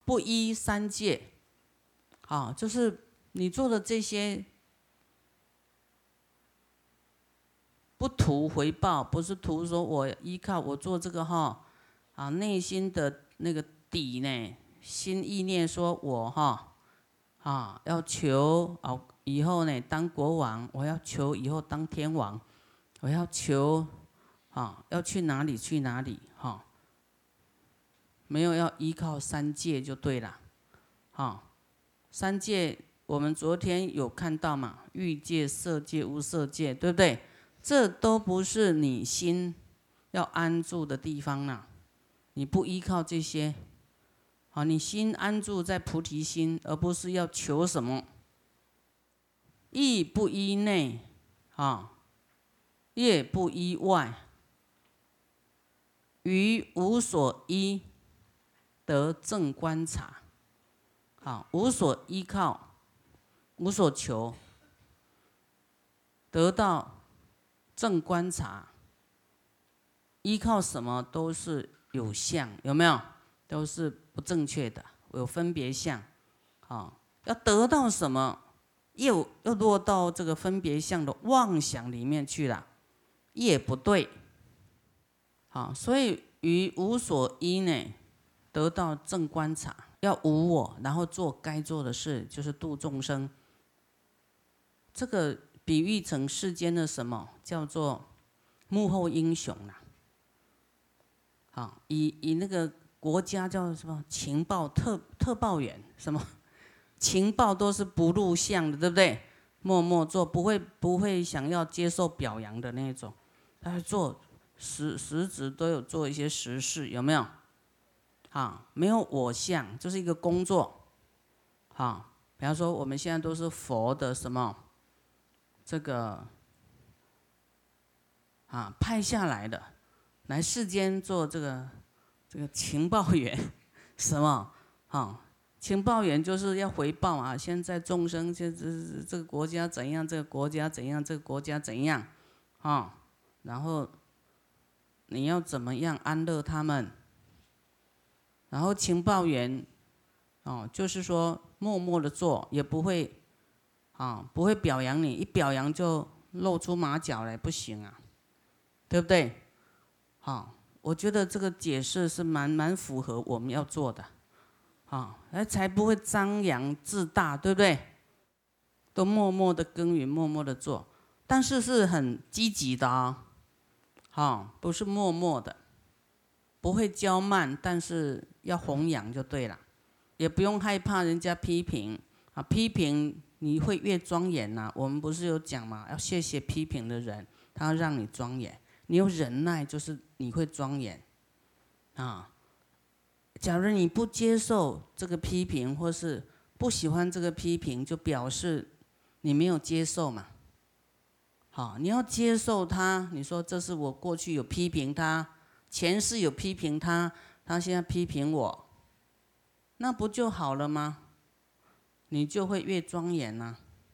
不依三界，就是你做的这些不图回报，不是图说我依靠我做这个内心的那个底呢，心意念说我要求以后呢当国王，我要求以后当天王，我要求要去哪里去哪里没有要依靠三界就对了三界我们昨天有看到嘛，欲界、色界、无色界，对不对？这都不是你心要安住的地方啦。你不依靠这些，你心安住在菩提心，而不是要求什么。亦不依内，业不依外，于无所依，得正观察。无所依靠，无所求，得到正观察。依靠什么都是有相，有没有？都是不正确的，有分别相。要得到什么，又落到这个分别相的妄想里面去了，也不对。所以于无所依呢，得到正观察，要无我，然后做该做的事，就是度众生。这个比喻成世间的什么叫做幕后英雄啦。以那个国家叫什么情报特报员，什么情报都是不录像的，对不对？默默做，不会想要接受表扬的那种，他做实质都有做一些实事，有没有？没有我相，就是一个工作。比方说我们现在都是佛的什么这个派下来的。来世间做这个情报员，什么情报员就是要回报现在众生这个国家怎样，这个国家怎样，这个国家怎样然后你要怎么样安乐他们。然后情报员就是说默默的做，也不会表扬你，一表扬就露出马脚来，不行对不对？我觉得这个解释是蛮符合我们要做的，才不会张扬自大，对不对？都默默的耕耘，默默的做，但是是很积极的不是默默的，不会骄慢，但是要弘扬就对了，也不用害怕人家批评批评你会越庄严我们不是有讲嘛，要谢谢批评的人，他要让你庄严。你有忍耐，就是你会庄严假如你不接受这个批评，或是不喜欢这个批评，就表示你没有接受嘛。你要接受他，你说这是我过去有批评他，前世有批评他，他现在批评我，那不就好了吗？你就会越庄严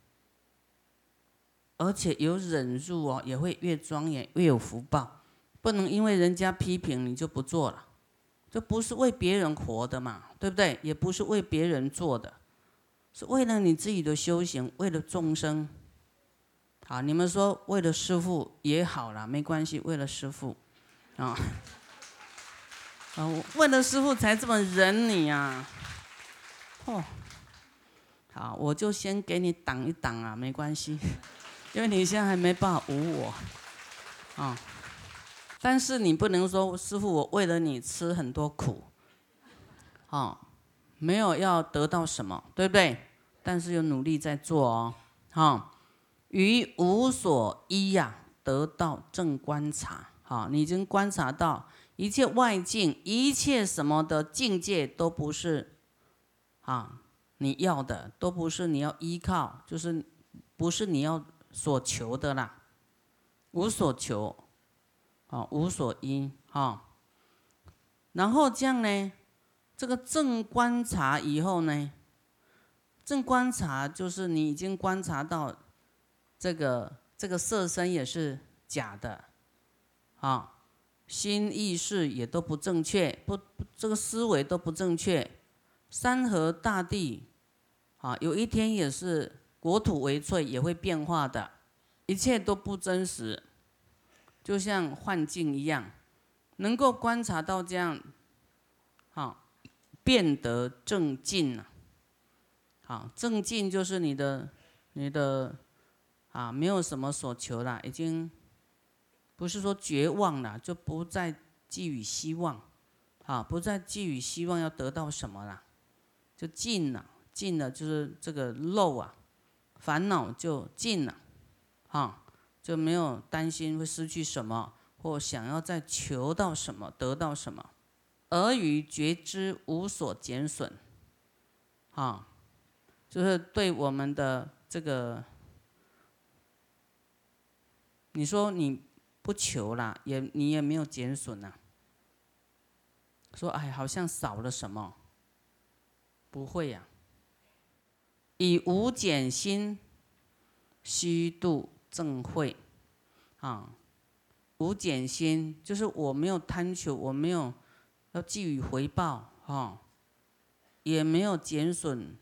而且有忍辱也会越庄严，越有福报。不能因为人家批评你就不做了，就不是为别人活的嘛，对不对？也不是为别人做的，是为了你自己的修行，为了众生。你们说为了师父也好啦，没关系，为了师父为了师父才这么忍你好，我就先给你挡一挡没关系。因为你现在还没办法无我但是你不能说师父我为了你吃很多苦没有要得到什么，对不对？但是有努力在做于无所依得到正观察你已经观察到一切外境，一切什么的境界都不是你要的，都不是你要依靠，就是不是你要所求的啦，无所求无所依然后这样呢，这个正观察以后呢，正观察就是你已经观察到这个色身也是假的心意识也都不正确，这个思维都不正确山河大地，有一天也是国土为脆，也会变化的，一切都不真实，就像幻境一样。能够观察到这样，变得正境了。正境就是你的没有什么所求了，已经不是说绝望了，就不再寄予希望，不再寄予希望要得到什么了，就尽了，尽了就是这个漏烦恼就尽了，就没有担心会失去什么，或想要再求到什么得到什么，而于觉知无所减损，就是对我们的这个，你说你不求啦，你也没有减损啦。说哎，好像少了什么？不会呀。以无减心，虚度正慧，无减心就是我没有贪求，我没有要寄予回报，也没有减损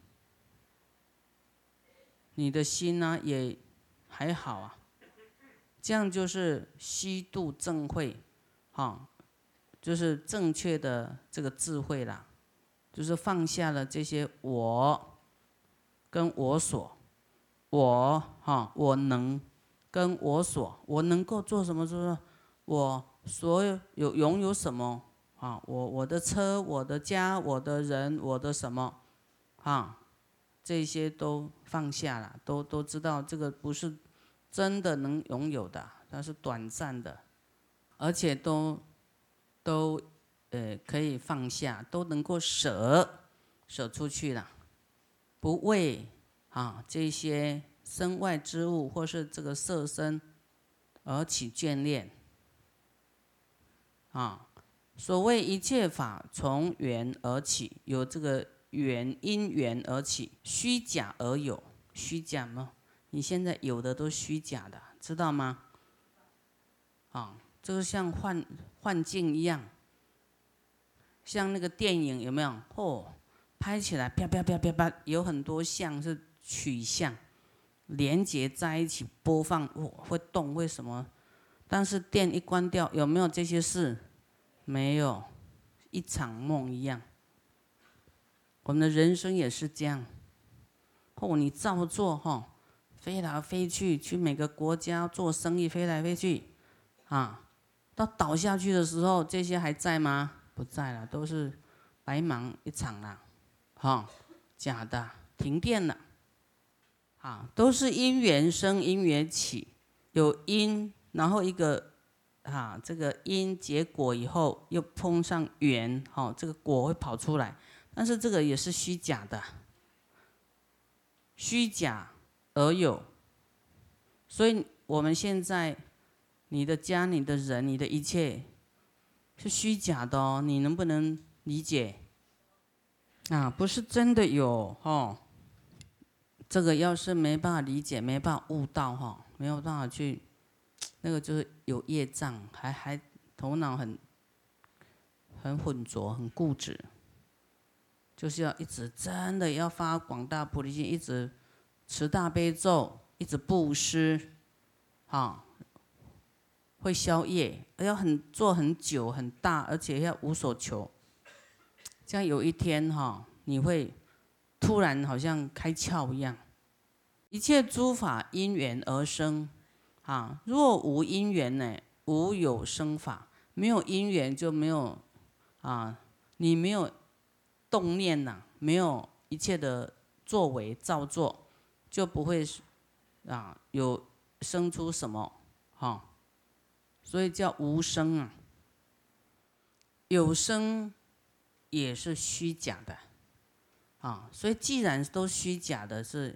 你的心也还好这样就是虚度正慧，就是正确的这个智慧啦，就是放下了这些我跟我所，我能跟我所，我能够做什么？就是我所有拥有什么我的车，我的家，我的人，我的什么这些都放下了，都知道这个不是真的能拥有的，它是短暂的，而且都可以放下，都能够舍出去了，不为这些身外之物或是这个色身而起眷恋所谓一切法从缘而起，有这个因缘而起，虚假而有，虚假吗？你现在有的都虚假的，知道吗？这个像幻境一样，像那个电影有没有？拍起来啪啪啪啪啪，有很多像是取像，连接在一起播放，会动，为什么？但是电一关掉，有没有这些事？没有，一场梦一样。我们的人生也是这样，你照做飞来飞去，去每个国家做生意，飞来飞去，到倒下去的时候，这些还在吗？不在了，都是白忙一场了，假的，停电了，都是因缘生，因缘起，有因，然后一个这个因结果以后又碰上缘，这个果会跑出来，但是这个也是虚假的，虚假而有，所以我们现在你的家、你的人、你的一切是虚假的哦，你能不能理解？不是真的有这个要是没办法理解，没办法悟到没有办法去，那个就是有业障，还头脑很浑浊，很固执，就是要一直真的要发广大菩提心，一直持大悲咒，一直布施，会消业，要做很久很大，而且要无所求。这样有一天你会突然好像开窍一样。一切诸法因缘而生，若无因缘呢，无有生法。没有因缘就没有你没有动念没有一切的作为造作，就不会有生出什么所以叫无生有生也是虚假的所以既然都虚假的是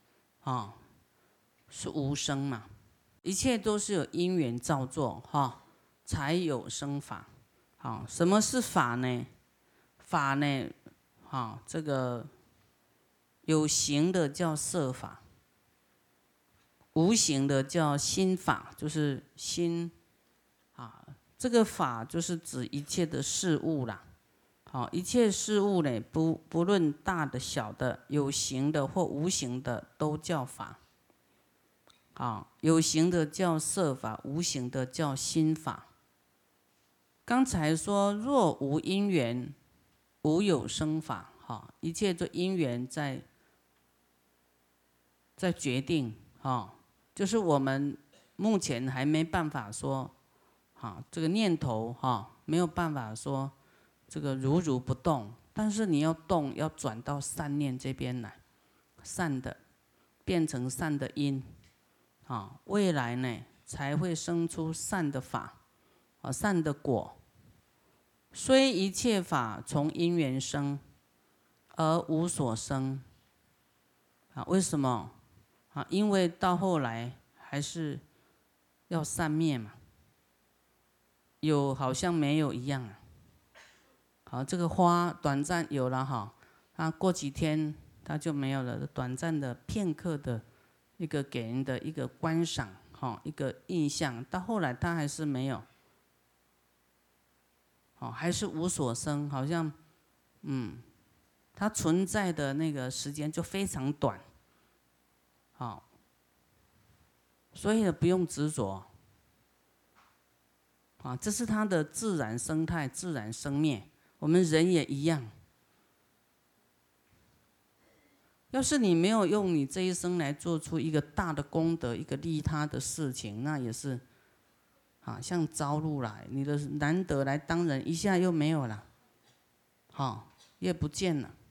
是无生嘛，一切都是有因缘造作才有生法什么是法呢？法呢这个有形的叫色法，无形的叫心法，就是心这个法就是指一切的事物啦好，一切事物呢，不论大的小的，有形的或无形的，都叫法。好，有形的叫色法，无形的叫心法。刚才说，若无因缘，无有生法。好，一切的因缘在决定。好，就是我们目前还没办法说，好，这个念头哈，没有办法说这个如不动。但是你要动，要转到善念这边来，善的变成善的因。啊，未来呢才会生出善的法，啊，善的果。虽一切法从因缘生，而无所生。啊，为什么？啊，因为到后来还是要散灭嘛，有好像没有一样啊。好，这个花短暂有了哈，它过几天它就没有了，短暂的片刻的一个给人的一个观赏。一个印象，到后来它还是没有，还是无所生，好像，它存在的那个时间就非常短，所以呢不用执着，这是它的自然生态、自然生灭，我们人也一样。要是你没有用你这一生来做出一个大的功德，一个利他的事情，那也是，像招入来，你的难得来当人，一下又没有了，也不见了。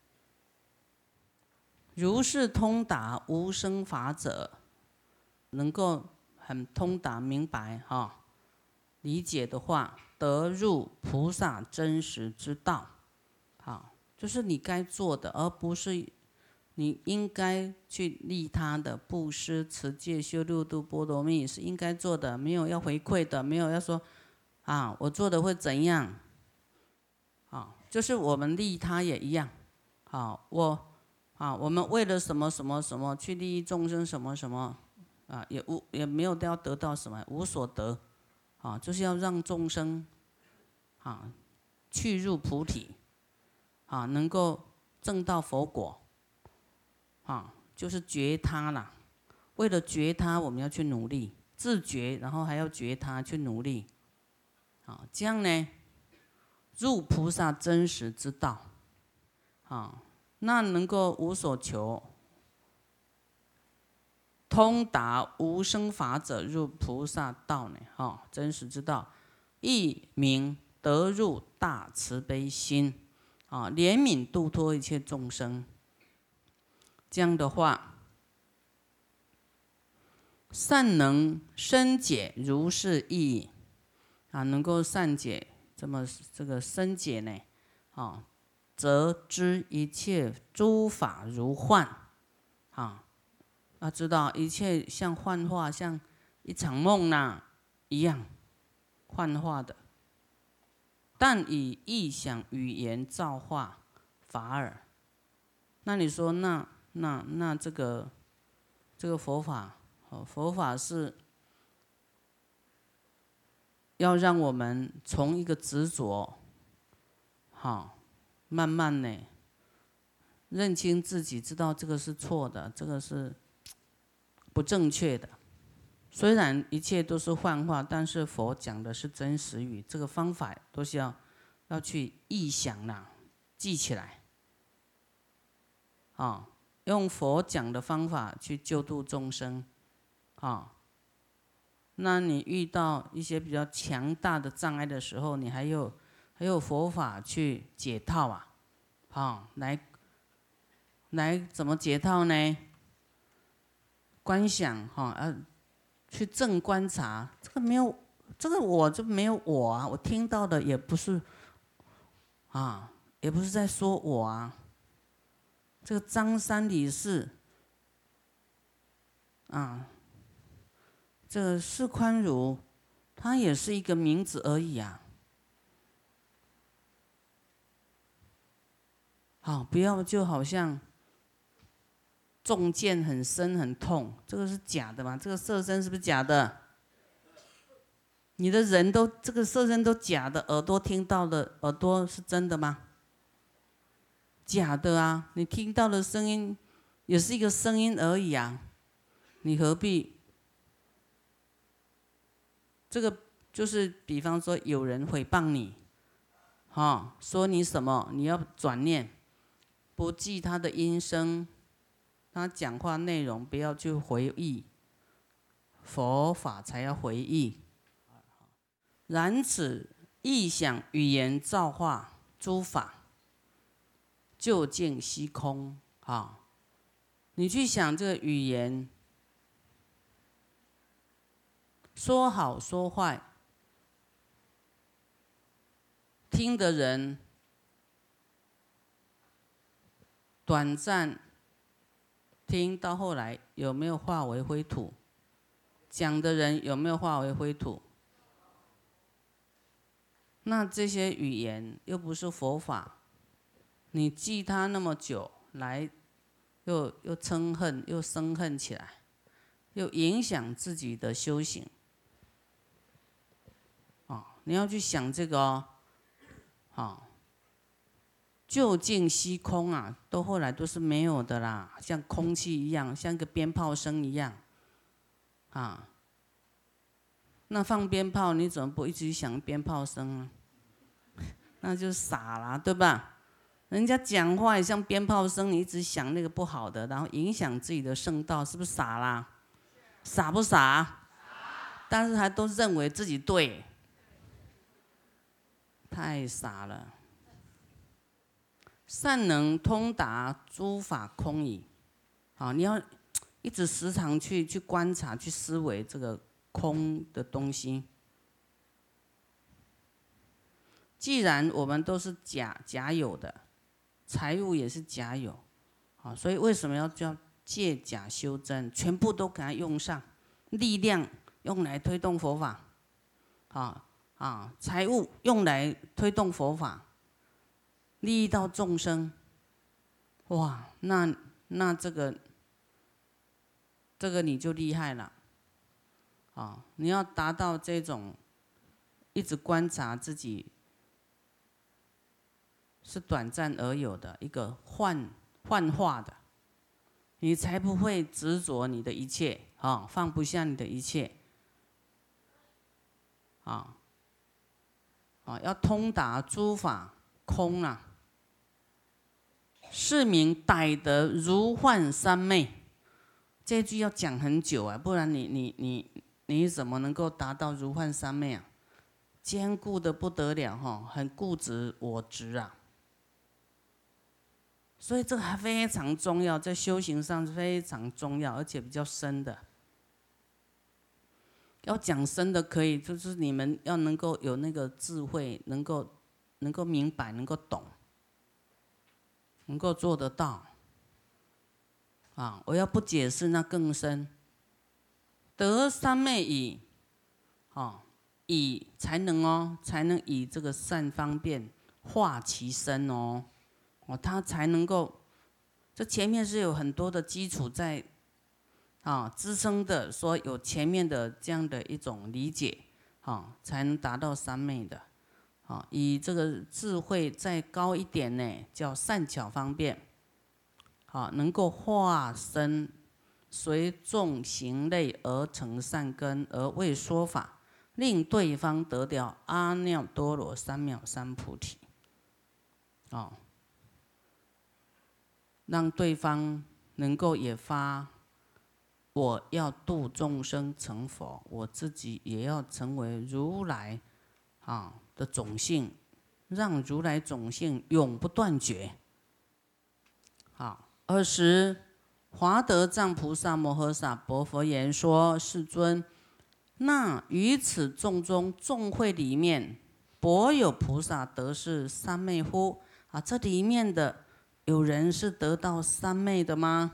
如是通达无生法者，能够很通达明白理解的话，得入菩萨真实之道，就是你该做的，而不是你应该去利他的布施、持戒、修六度波罗蜜是应该做的，没有要回馈的，没有要说我做的会怎样，就是我们利他也一样，我们为了什么什么什么去利益众生什么什么，也没有要得到什么，无所得，就是要让众生去入菩提，能够证到佛果。就是觉他啦。为了觉他，我们要去努力，自觉，然后还要觉他，去努力。这样呢，入菩萨真实之道。那能够无所求，通达无生法者，入菩萨道呢？真实之道，亦名得入大慈悲心，怜悯度脱一切众生。这样的话，善能深解如是义，能够善解这个深解呢，则知一切诸法如幻，要知道一切像幻化，像一场梦一样幻化的，但以意想语言造化法尔。那你说那这个佛法，佛法是要让我们从一个执着，慢慢呢认清自己，知道这个是错的，这个是不正确的。虽然一切都是幻化，但是佛讲的是真实语，这个方法都是要去臆想记起来，用佛讲的方法去救度众生，那你遇到一些比较强大的障碍的时候，你还有佛法去解套来怎么解套呢？观想去正观察，这个没有，这个我就没有我我听到的也不是也不是在说我这个张三李四这个释宽如，它也是一个名字而已不要就好像中箭很深很痛，这个是假的嘛？这个色身是不是假的？ 你的人都这个色身都假的，耳朵听到的耳朵是真的吗？假的啊！你听到的声音也是一个声音而已啊，你何必？这个就是比方说有人诽谤你，说你什么，你要转念，不记他的音声，他讲话内容不要去回忆，佛法才要回忆。然此意想语言造化诸法，究竟虚空你去想这个语言，说好说坏，听的人短暂听到后来有没有化为灰土？讲的人有没有化为灰土？那这些语言又不是佛法，你记它那么久，来又嗔恨，又生恨起来，又影响自己的修行。你要去想这个究竟虚空啊，都后来都是没有的啦，像空气一样，像个鞭炮声一样那放鞭炮，你怎么不一直想鞭炮声呢？那就傻啦，对吧？人家讲话也像鞭炮声，你一直想那个不好的，然后影响自己的圣道，是不是傻啦？傻不傻？但是还都认为自己对，太傻了。善能通达诸法空矣。你要一直时常去观察、去思维这个空的东西。既然我们都是假有的，财物也是假有，所以为什么要叫借假修真？全部都给它用上，力量用来推动佛法，财物用来推动佛法，利益到众生。哇，那这个你就厉害了，你要达到这种一直观察自己是短暂而有的一个幻化的，你才不会执着你的一切放不下你的一切要通达诸法空是名逮得如幻三昧。这句要讲很久不然你怎么能够达到如幻三昧坚固的不得了很固执我执所以这个还非常重要，在修行上是非常重要，而且比较深的。要讲深的可以，就是你们要能够有那个智慧，能够明白，能够懂，能够做得到。我要不解释那更深。得三昧以才能以这个善方便化其身他才能够，这前面是有很多的基础在支撑的，说有前面的这样的一种理解才能达到三昧的以这个智慧再高一点呢，叫善巧方便能够化身随众行类而成善根，而为说法，令对方得了阿耨多罗三藐三菩提让对方能够也发，我要度众生成佛，我自己也要成为如来的种性，让如来种性永不断绝。尔时，华德藏菩萨摩诃萨白佛言说：“世尊，那于此众中众会里面，薄有菩萨得是三昧乎？”这里面的有人是得到三昧的吗？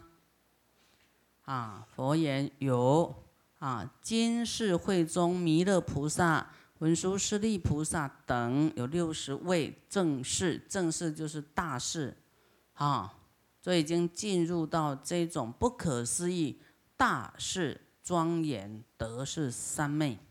佛言有。今世会中弥勒菩萨、文殊师利菩萨等有60位正士，正士就是大士所以已经进入到这种不可思议大士庄严得是三昧。